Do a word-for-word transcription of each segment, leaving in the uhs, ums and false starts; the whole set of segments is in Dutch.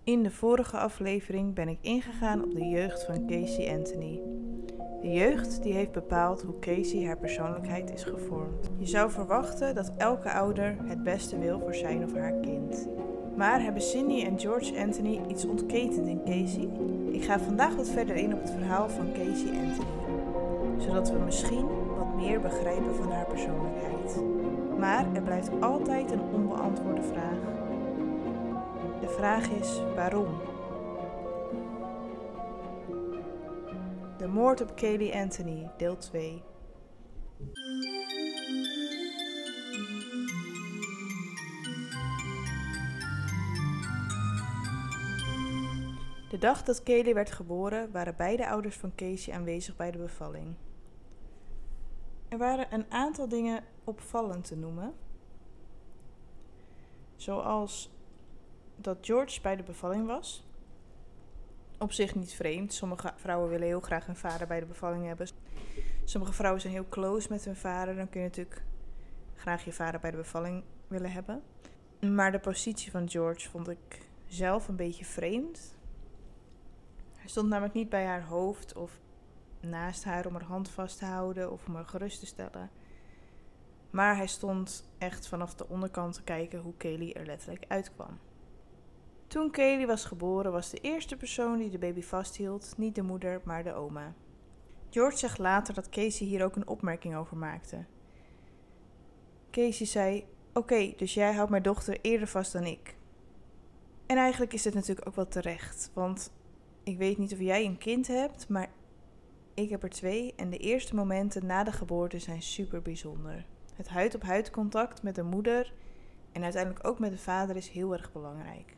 In de vorige aflevering ben ik ingegaan op de jeugd van Casey Anthony. De jeugd die heeft bepaald hoe Casey haar persoonlijkheid is gevormd. Je zou verwachten dat elke ouder het beste wil voor zijn of haar kind. Maar hebben Cindy en George Anthony iets ontketend in Casey? Ik ga vandaag wat verder in op het verhaal van Casey Anthony, zodat we misschien wat meer begrijpen van haar persoonlijkheid. Maar er blijft altijd een onbeantwoorde vraag. De vraag is waarom? De moord op Caylee Anthony, deel twee. De dag dat Caylee werd geboren waren beide ouders van Casey aanwezig bij de bevalling. Er waren een aantal dingen opvallend te noemen, zoals dat George bij de bevalling was. Op zich niet vreemd. Sommige vrouwen willen heel graag hun vader bij de bevalling hebben. Sommige vrouwen zijn heel close met hun vader. Dan kun je natuurlijk graag je vader bij de bevalling willen hebben. Maar de positie van George vond ik zelf een beetje vreemd. Hij stond namelijk niet bij haar hoofd of naast haar om haar hand vast te houden of om haar gerust te stellen. Maar hij stond echt vanaf de onderkant te kijken hoe Caylee er letterlijk uitkwam. Toen Caylee was geboren was de eerste persoon die de baby vasthield niet de moeder, maar de oma. George zegt later dat Casey hier ook een opmerking over maakte. Casey zei, oké, okay, dus jij houdt mijn dochter eerder vast dan ik. En eigenlijk is dit natuurlijk ook wel terecht, want ik weet niet of jij een kind hebt, maar ik heb er twee en de eerste momenten na de geboorte zijn super bijzonder. Het huid-op-huid contact met de moeder en uiteindelijk ook met de vader is heel erg belangrijk.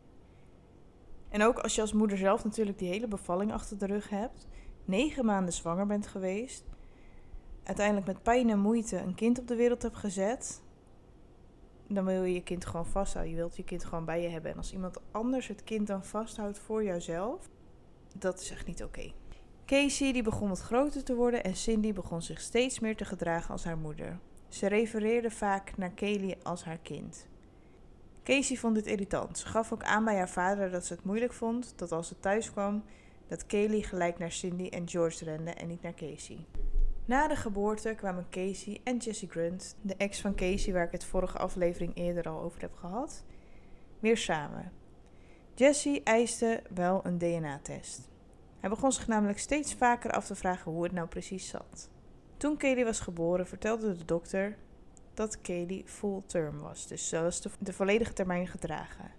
En ook als je als moeder zelf natuurlijk die hele bevalling achter de rug hebt, negen maanden zwanger bent geweest, uiteindelijk met pijn en moeite een kind op de wereld hebt gezet, dan wil je je kind gewoon vasthouden. Je wilt je kind gewoon bij je hebben. En als iemand anders het kind dan vasthoudt voor jouzelf, dat is echt niet oké. Okay. Casey die begon wat groter te worden en Cindy begon zich steeds meer te gedragen als haar moeder. Ze refereerde vaak naar Caylee als haar kind. Casey vond dit irritant. Ze gaf ook aan bij haar vader dat ze het moeilijk vond dat als ze thuis kwam, dat Caylee gelijk naar Cindy en George rende en niet naar Casey. Na de geboorte kwamen Casey en Jessie Grunt, de ex van Casey waar ik het vorige aflevering eerder al over heb gehad, weer samen. Jessie eiste wel een D N A-test. Hij begon zich namelijk steeds vaker af te vragen hoe het nou precies zat. Toen Caylee was geboren vertelde de dokter dat Caylee full term was, dus ze was de, de volledige termijn gedragen.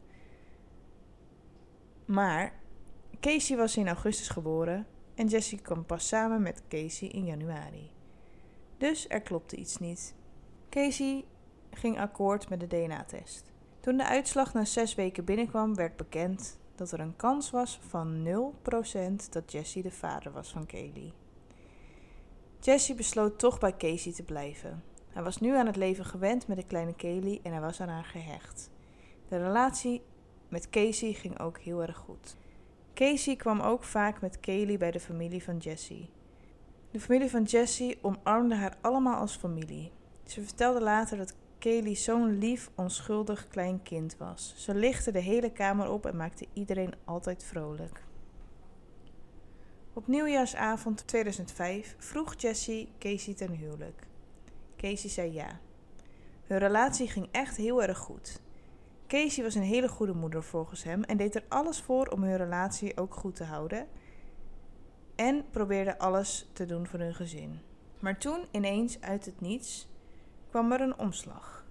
Maar Casey was in augustus geboren en Jessie kwam pas samen met Casey in januari. Dus er klopte iets niet. Casey ging akkoord met de D N A-test. Toen de uitslag na zes weken binnenkwam, werd bekend dat er een kans was van nul procent dat Jessie de vader was van Caylee. Jessie besloot toch bij Casey te blijven. Hij was nu aan het leven gewend met de kleine Caylee en hij was aan haar gehecht. De relatie met Casey ging ook heel erg goed. Casey kwam ook vaak met Caylee bij de familie van Jessie. De familie van Jessie omarmde haar allemaal als familie. Ze vertelde later dat Caylee zo'n lief, onschuldig klein kind was. Ze lichtte de hele kamer op en maakte iedereen altijd vrolijk. Op nieuwjaarsavond tweeduizend vijf vroeg Jessie Casey ten huwelijk. Casey zei ja. Hun relatie ging echt heel erg goed. Casey was een hele goede moeder volgens hem en deed er alles voor om hun relatie ook goed te houden. En probeerde alles te doen voor hun gezin. Maar toen ineens uit het niets kwam er een omslag.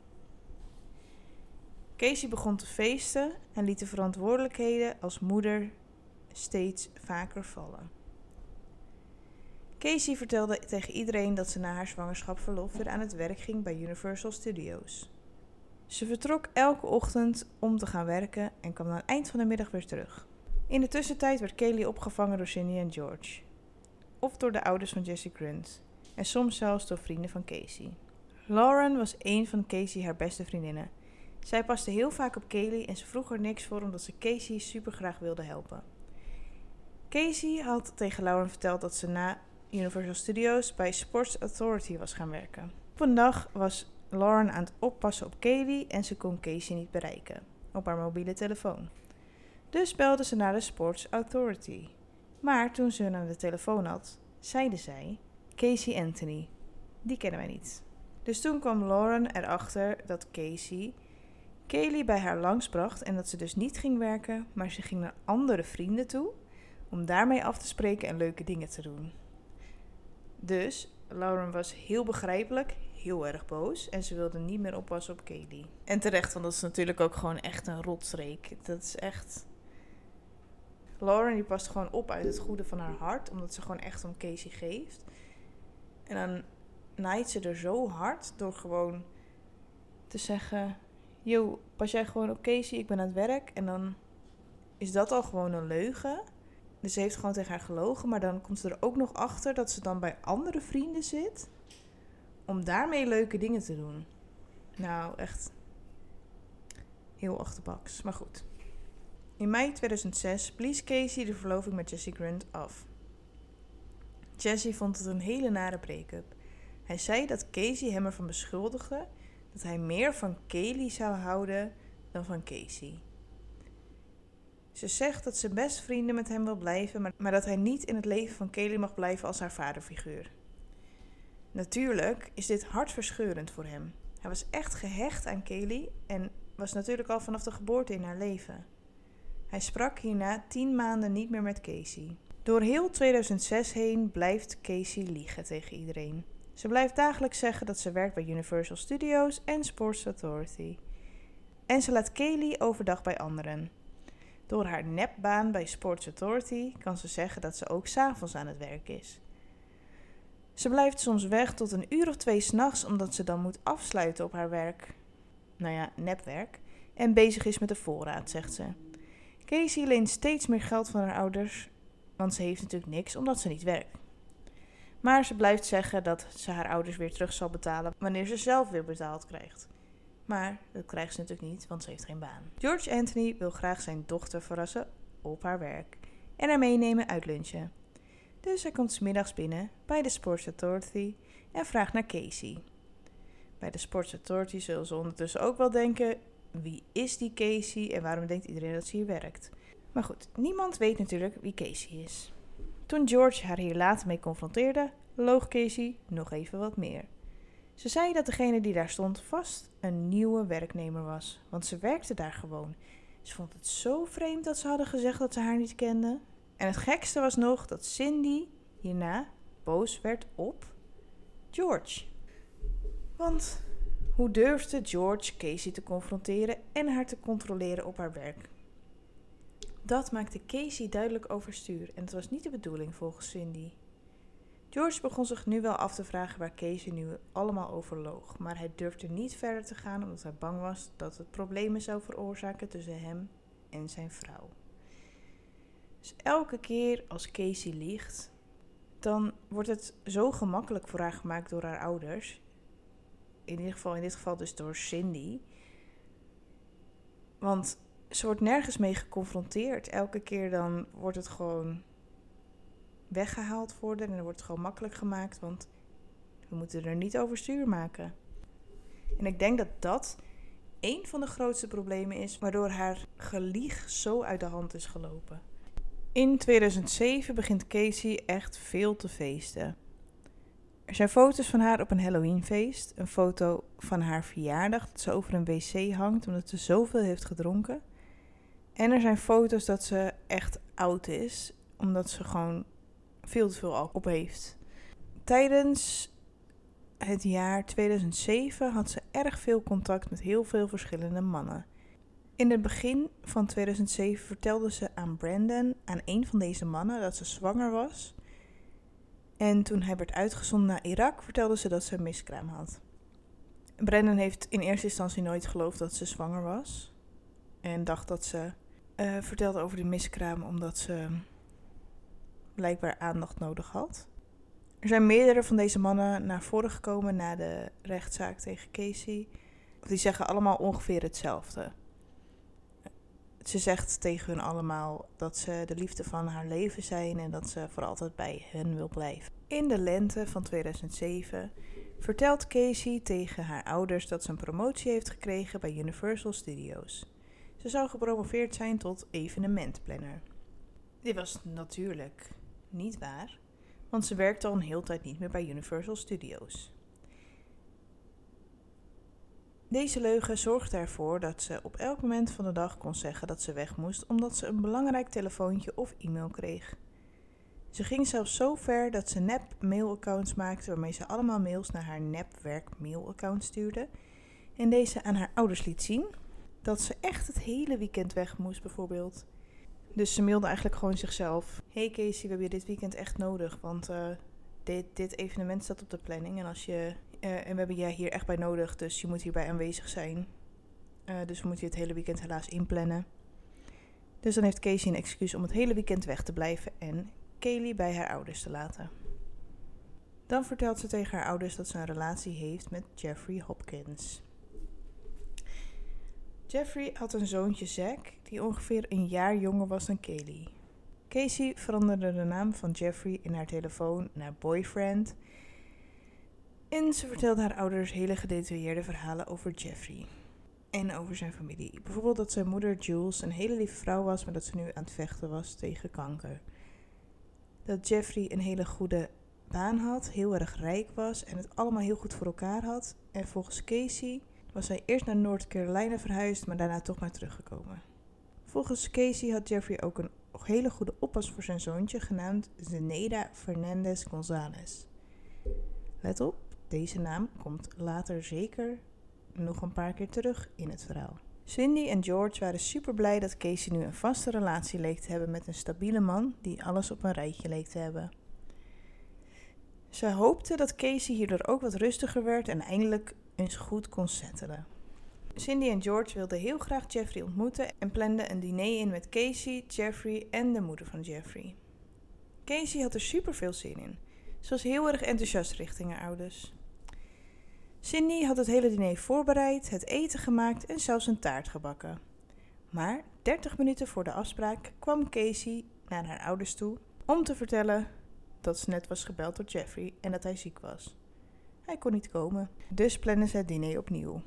Casey begon te feesten en liet de verantwoordelijkheden als moeder steeds vaker vallen. Casey vertelde tegen iedereen dat ze na haar zwangerschapsverlof weer aan het werk ging bij Universal Studios. Ze vertrok elke ochtend om te gaan werken en kwam aan het eind van de middag weer terug. In de tussentijd werd Caylee opgevangen door Cindy en George. Of door de ouders van Jessie Grunt. En soms zelfs door vrienden van Casey. Lauren was een van Casey haar beste vriendinnen. Zij paste heel vaak op Caylee en ze vroeg er niks voor omdat ze Casey super graag wilde helpen. Casey had tegen Lauren verteld dat ze na Universal Studios bij Sports Authority was gaan werken. Op een dag was Lauren aan het oppassen op Caylee en ze kon Casey niet bereiken op haar mobiele telefoon. Dus belde ze naar de Sports Authority. Maar toen ze hun aan de telefoon had, zeiden zij: Casey Anthony, die kennen wij niet. Dus toen kwam Lauren erachter dat Casey Kaylee bij haar langsbracht en dat ze dus niet ging werken, maar ze ging naar andere vrienden toe om daarmee af te spreken en leuke dingen te doen. Dus Lauren was heel begrijpelijk, heel erg boos en ze wilde niet meer oppassen op Kaylee. En terecht, want dat is natuurlijk ook gewoon echt een rotstreek. Dat is echt... Lauren die past gewoon op uit het goede van haar hart, omdat ze gewoon echt om Casey geeft. En dan naait ze er zo hard door gewoon te zeggen: yo, pas jij gewoon op Casey, ik ben aan het werk. En dan is dat al gewoon een leugen. Dus ze heeft gewoon tegen haar gelogen, maar dan komt ze er ook nog achter dat ze dan bij andere vrienden zit om daarmee leuke dingen te doen. Nou, echt heel achterbaks, maar goed. In mei tweeduizend zes blies Casey de verloving met Jesse Grant af. Jesse vond het een hele nare break-up. Hij zei dat Casey hem ervan beschuldigde dat hij meer van Kaylee zou houden dan van Casey. Ze zegt dat ze best vrienden met hem wil blijven, maar, maar dat hij niet in het leven van Kaylee mag blijven als haar vaderfiguur. Natuurlijk is dit hartverscheurend voor hem. Hij was echt gehecht aan Kaylee en was natuurlijk al vanaf de geboorte in haar leven. Hij sprak hierna tien maanden niet meer met Casey. Door heel tweeduizend zes heen blijft Casey liegen tegen iedereen. Ze blijft dagelijks zeggen dat ze werkt bij Universal Studios en Sports Authority. En ze laat Kaylee overdag bij anderen. Door haar nepbaan bij Sports Authority kan ze zeggen dat ze ook 's avonds aan het werk is. Ze blijft soms weg tot een uur of twee 's nachts omdat ze dan moet afsluiten op haar werk. Nou ja, nepwerk. En bezig is met de voorraad, zegt ze. Casey leent steeds meer geld van haar ouders, want ze heeft natuurlijk niks omdat ze niet werkt. Maar ze blijft zeggen dat ze haar ouders weer terug zal betalen wanneer ze zelf weer betaald krijgt. Maar dat krijgt ze natuurlijk niet, want ze heeft geen baan. George Anthony wil graag zijn dochter verrassen op haar werk en haar meenemen uit lunchen. Dus hij komt 's middags binnen bij de Sports Authority en vraagt naar Casey. Bij de Sports Authority zullen ze ondertussen ook wel denken: wie is die Casey en waarom denkt iedereen dat ze hier werkt? Maar goed, niemand weet natuurlijk wie Casey is. Toen George haar hier later mee confronteerde, loog Casey nog even wat meer. Ze zei dat degene die daar stond vast een nieuwe werknemer was, want ze werkte daar gewoon. Ze vond het zo vreemd dat ze hadden gezegd dat ze haar niet kenden. En het gekste was nog dat Cindy hierna boos werd op George. Want hoe durfde George Casey te confronteren en haar te controleren op haar werk? Dat maakte Casey duidelijk overstuur en het was niet de bedoeling volgens Cindy. George begon zich nu wel af te vragen waar Casey nu allemaal over loog, maar hij durfde niet verder te gaan omdat hij bang was dat het problemen zou veroorzaken tussen hem en zijn vrouw. Dus elke keer als Casey liegt, dan wordt het zo gemakkelijk voor haar gemaakt door haar ouders. In ieder geval, in dit geval dus door Cindy. Want ze wordt nergens mee geconfronteerd. Elke keer dan wordt het gewoon weggehaald worden en dan wordt het gewoon makkelijk gemaakt, want we moeten er niet overstuur maken. En ik denk dat dat een van de grootste problemen is waardoor haar gelieg zo uit de hand is gelopen. In tweeduizend zeven begint Casey echt veel te feesten. Er zijn foto's van haar op een Halloweenfeest, een foto van haar verjaardag dat ze over een wc hangt omdat ze zoveel heeft gedronken. En er zijn foto's dat ze echt oud is, omdat ze gewoon veel te veel alcohol op heeft. Tijdens het jaar tweeduizend zeven had ze erg veel contact met heel veel verschillende mannen. In het begin van tweeduizend zeven vertelde ze aan Brandon, aan een van deze mannen, dat ze zwanger was. En toen hij werd uitgezonden naar Irak, vertelde ze dat ze een miskraam had. Brandon heeft in eerste instantie nooit geloofd dat ze zwanger was. En dacht dat ze uh, vertelde over de miskraam omdat ze blijkbaar aandacht nodig had. Er zijn meerdere van deze mannen naar voren gekomen na de rechtszaak tegen Casey. Die zeggen allemaal ongeveer hetzelfde. Ze zegt tegen hun allemaal dat ze de liefde van haar leven zijn en dat ze voor altijd bij hen wil blijven. In de lente van tweeduizend zeven vertelt Casey tegen haar ouders dat ze een promotie heeft gekregen bij Universal Studios. Ze zou gepromoveerd zijn tot evenementplanner. Dit was natuurlijk niet waar, want ze werkte al een hele tijd niet meer bij Universal Studios. Deze leugen zorgde ervoor dat ze op elk moment van de dag kon zeggen dat ze weg moest, omdat ze een belangrijk telefoontje of e-mail kreeg. Ze ging zelfs zo ver dat ze nep mailaccounts maakte waarmee ze allemaal mails naar haar nep werk mailaccount stuurde en deze aan haar ouders liet zien dat ze echt het hele weekend weg moest bijvoorbeeld. Dus ze mailde eigenlijk gewoon zichzelf. Hey Casey, we hebben je dit weekend echt nodig, want uh, dit, dit evenement staat op de planning en, als je, uh, en we hebben jij hier echt bij nodig, dus je moet hierbij aanwezig zijn. Uh, dus we moeten je het hele weekend helaas inplannen. Dus dan heeft Casey een excuus om het hele weekend weg te blijven en Kaylee bij haar ouders te laten. Dan vertelt ze tegen haar ouders dat ze een relatie heeft met Jeffrey Hopkins. Jeffrey had een zoontje Zack die ongeveer een jaar jonger was dan Kaylee. Casey veranderde de naam van Jeffrey in haar telefoon naar Boyfriend en ze vertelde haar ouders hele gedetailleerde verhalen over Jeffrey en over zijn familie. Bijvoorbeeld dat zijn moeder Jules een hele lieve vrouw was, maar dat ze nu aan het vechten was tegen kanker. Dat Jeffrey een hele goede baan had, heel erg rijk was en het allemaal heel goed voor elkaar had. En volgens Casey was hij eerst naar North Carolina verhuisd, maar daarna toch maar teruggekomen. Volgens Casey had Jeffrey ook een hele goede oppas voor zijn zoontje, genaamd Zenaida Fernandez Gonzalez. Let op, deze naam komt later zeker nog een paar keer terug in het verhaal. Cindy en George waren super blij dat Casey nu een vaste relatie leek te hebben met een stabiele man die alles op een rijtje leek te hebben. Ze hoopten dat Casey hierdoor ook wat rustiger werd en eindelijk eens goed kon settelen. Cindy en George wilden heel graag Jeffrey ontmoeten en planden een diner in met Casey, Jeffrey en de moeder van Jeffrey. Casey had er super veel zin in. Ze was heel erg enthousiast richting haar ouders. Cindy had het hele diner voorbereid, het eten gemaakt en zelfs een taart gebakken. Maar dertig minuten voor de afspraak kwam Casey naar haar ouders toe om te vertellen dat ze net was gebeld door Jeffrey en dat hij ziek was. Hij kon niet komen, dus plannen ze het diner opnieuw.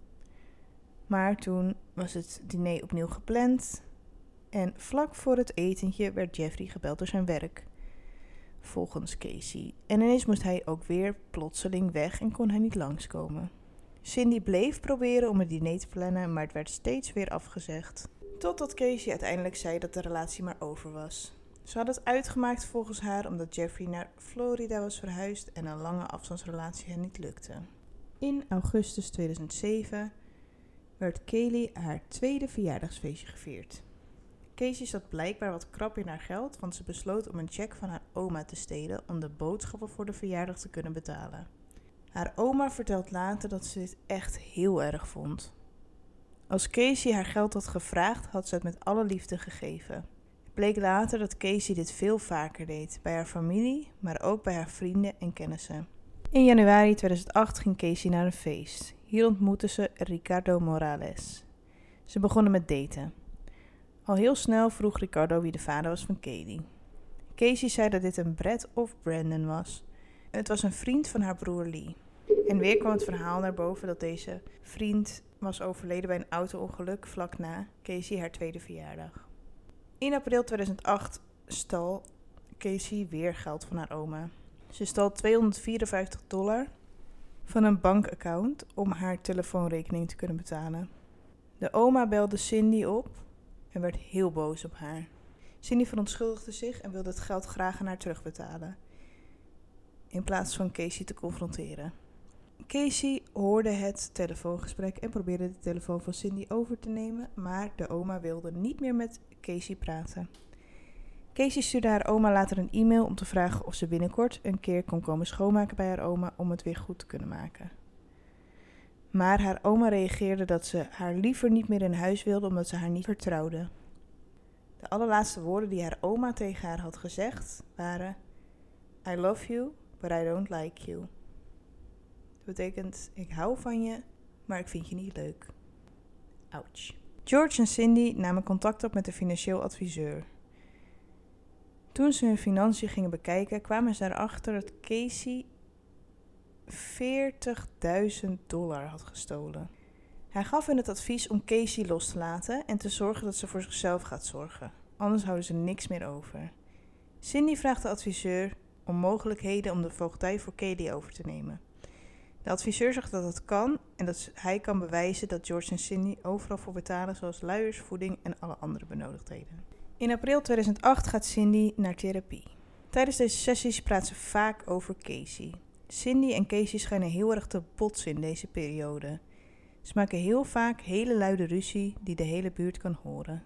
Maar toen was het diner opnieuw gepland en vlak voor het etentje werd Jeffrey gebeld door zijn werk, volgens Casey. En ineens moest hij ook weer plotseling weg en kon hij niet langskomen. Cindy bleef proberen om het diner te plannen, maar het werd steeds weer afgezegd. Totdat Casey uiteindelijk zei dat de relatie maar over was. Ze had het uitgemaakt volgens haar omdat Jeffrey naar Florida was verhuisd en een lange afstandsrelatie hen niet lukte. In augustus tweeduizend zeven werd Kaylee haar tweede verjaardagsfeestje gevierd. Casey zat blijkbaar wat krap in haar geld, want ze besloot om een cheque van haar oma te stelen om de boodschappen voor de verjaardag te kunnen betalen. Haar oma vertelt later dat ze dit echt heel erg vond. Als Casey haar geld had gevraagd, had ze het met alle liefde gegeven. Het bleek later dat Casey dit veel vaker deed, bij haar familie, maar ook bij haar vrienden en kennissen. In januari tweeduizend acht ging Casey naar een feest. Hier ontmoette ze Ricardo Morales. Ze begonnen met daten. Al heel snel vroeg Ricardo wie de vader was van Kaylee. Casey zei dat dit een Brett of Brandon was. Het was een vriend van haar broer Lee. En weer kwam het verhaal naar boven dat deze vriend was overleden bij een auto-ongeluk vlak na Casey haar tweede verjaardag. In april tweeduizend acht stal Casey weer geld van haar oma. Ze stal tweehonderdvierenvijftig dollar van een bankaccount om haar telefoonrekening te kunnen betalen. De oma belde Cindy op en werd heel boos op haar. Cindy verontschuldigde zich en wilde het geld graag aan haar terugbetalen, in plaats van Casey te confronteren. Casey hoorde het telefoongesprek en probeerde de telefoon van Cindy over te nemen, maar de oma wilde niet meer met Casey praten. Casey stuurde haar oma later een e-mail om te vragen of ze binnenkort een keer kon komen schoonmaken bij haar oma om het weer goed te kunnen maken. Maar haar oma reageerde dat ze haar liever niet meer in huis wilde omdat ze haar niet vertrouwde. De allerlaatste woorden die haar oma tegen haar had gezegd waren: I love you, but I don't like you. Dat betekent, ik hou van je, maar ik vind je niet leuk. Ouch. George en Cindy namen contact op met een financieel adviseur. Toen ze hun financiën gingen bekijken, kwamen ze erachter dat Casey veertigduizend dollar had gestolen. Hij gaf hun het advies om Casey los te laten en te zorgen dat ze voor zichzelf gaat zorgen. Anders houden ze niks meer over. Cindy vraagt de adviseur om mogelijkheden om de voogdij voor Caylee over te nemen. De adviseur zegt dat het kan en dat hij kan bewijzen dat George en Cindy overal voor betalen, zoals luiers, voeding en alle andere benodigdheden. In april tweeduizend acht gaat Cindy naar therapie. Tijdens deze sessies praat ze vaak over Casey. Cindy en Casey schijnen heel erg te botsen in deze periode. Ze maken heel vaak hele luide ruzie die de hele buurt kan horen.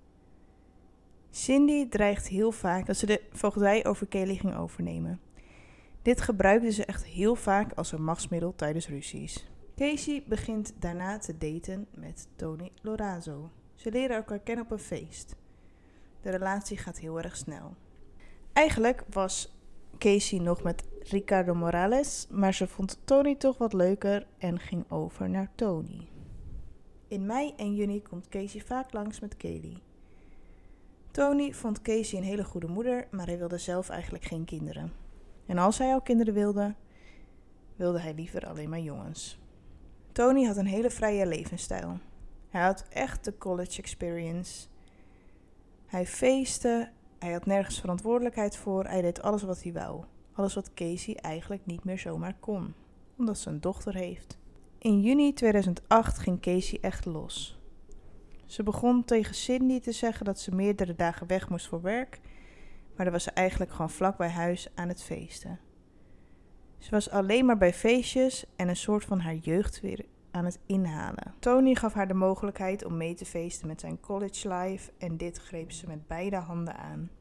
Cindy dreigt heel vaak dat ze de voogdij over Caylee ging overnemen. Dit gebruikte ze echt heel vaak als een machtsmiddel tijdens ruzies. Casey begint daarna te daten met Tony Lorazzo. Ze leren elkaar kennen op een feest. De relatie gaat heel erg snel. Eigenlijk was Casey nog met Ricardo Morales, maar ze vond Tony toch wat leuker en ging over naar Tony. In mei en juni komt Casey vaak langs met Caylee. Tony vond Casey een hele goede moeder, maar hij wilde zelf eigenlijk geen kinderen. En als hij al kinderen wilde, wilde hij liever alleen maar jongens. Tony had een hele vrije levensstijl. Hij had echt de college experience. Hij feestte, hij had nergens verantwoordelijkheid voor, hij deed alles wat hij wou. Alles wat Casey eigenlijk niet meer zomaar kon, omdat ze een dochter heeft. In juni tweeduizend acht ging Casey echt los. Ze begon tegen Cindy te zeggen dat ze meerdere dagen weg moest voor werk, maar dan was ze eigenlijk gewoon vlak bij huis aan het feesten. Ze was alleen maar bij feestjes en een soort van haar jeugd weer aan het inhalen. Tony gaf haar de mogelijkheid om mee te feesten met zijn college life en dit greep ze met beide handen aan.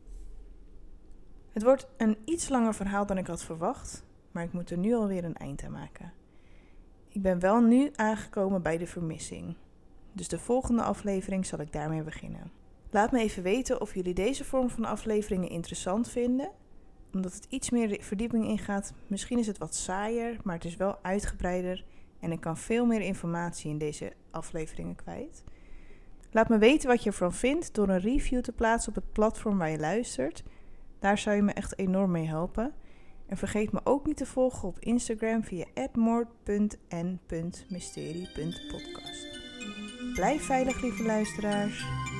Het wordt een iets langer verhaal dan ik had verwacht, maar ik moet er nu alweer een eind aan maken. Ik ben wel nu aangekomen bij de vermissing, dus de volgende aflevering zal ik daarmee beginnen. Laat me even weten of jullie deze vorm van afleveringen interessant vinden, omdat het iets meer de verdieping ingaat. Misschien is het wat saaier, maar het is wel uitgebreider en ik kan veel meer informatie in deze afleveringen kwijt. Laat me weten wat je ervan vindt door een review te plaatsen op het platform waar je luistert. Daar zou je me echt enorm mee helpen. En vergeet me ook niet te volgen op Instagram via at moord punt n punt mysterie punt podcast. Blijf veilig, lieve luisteraars.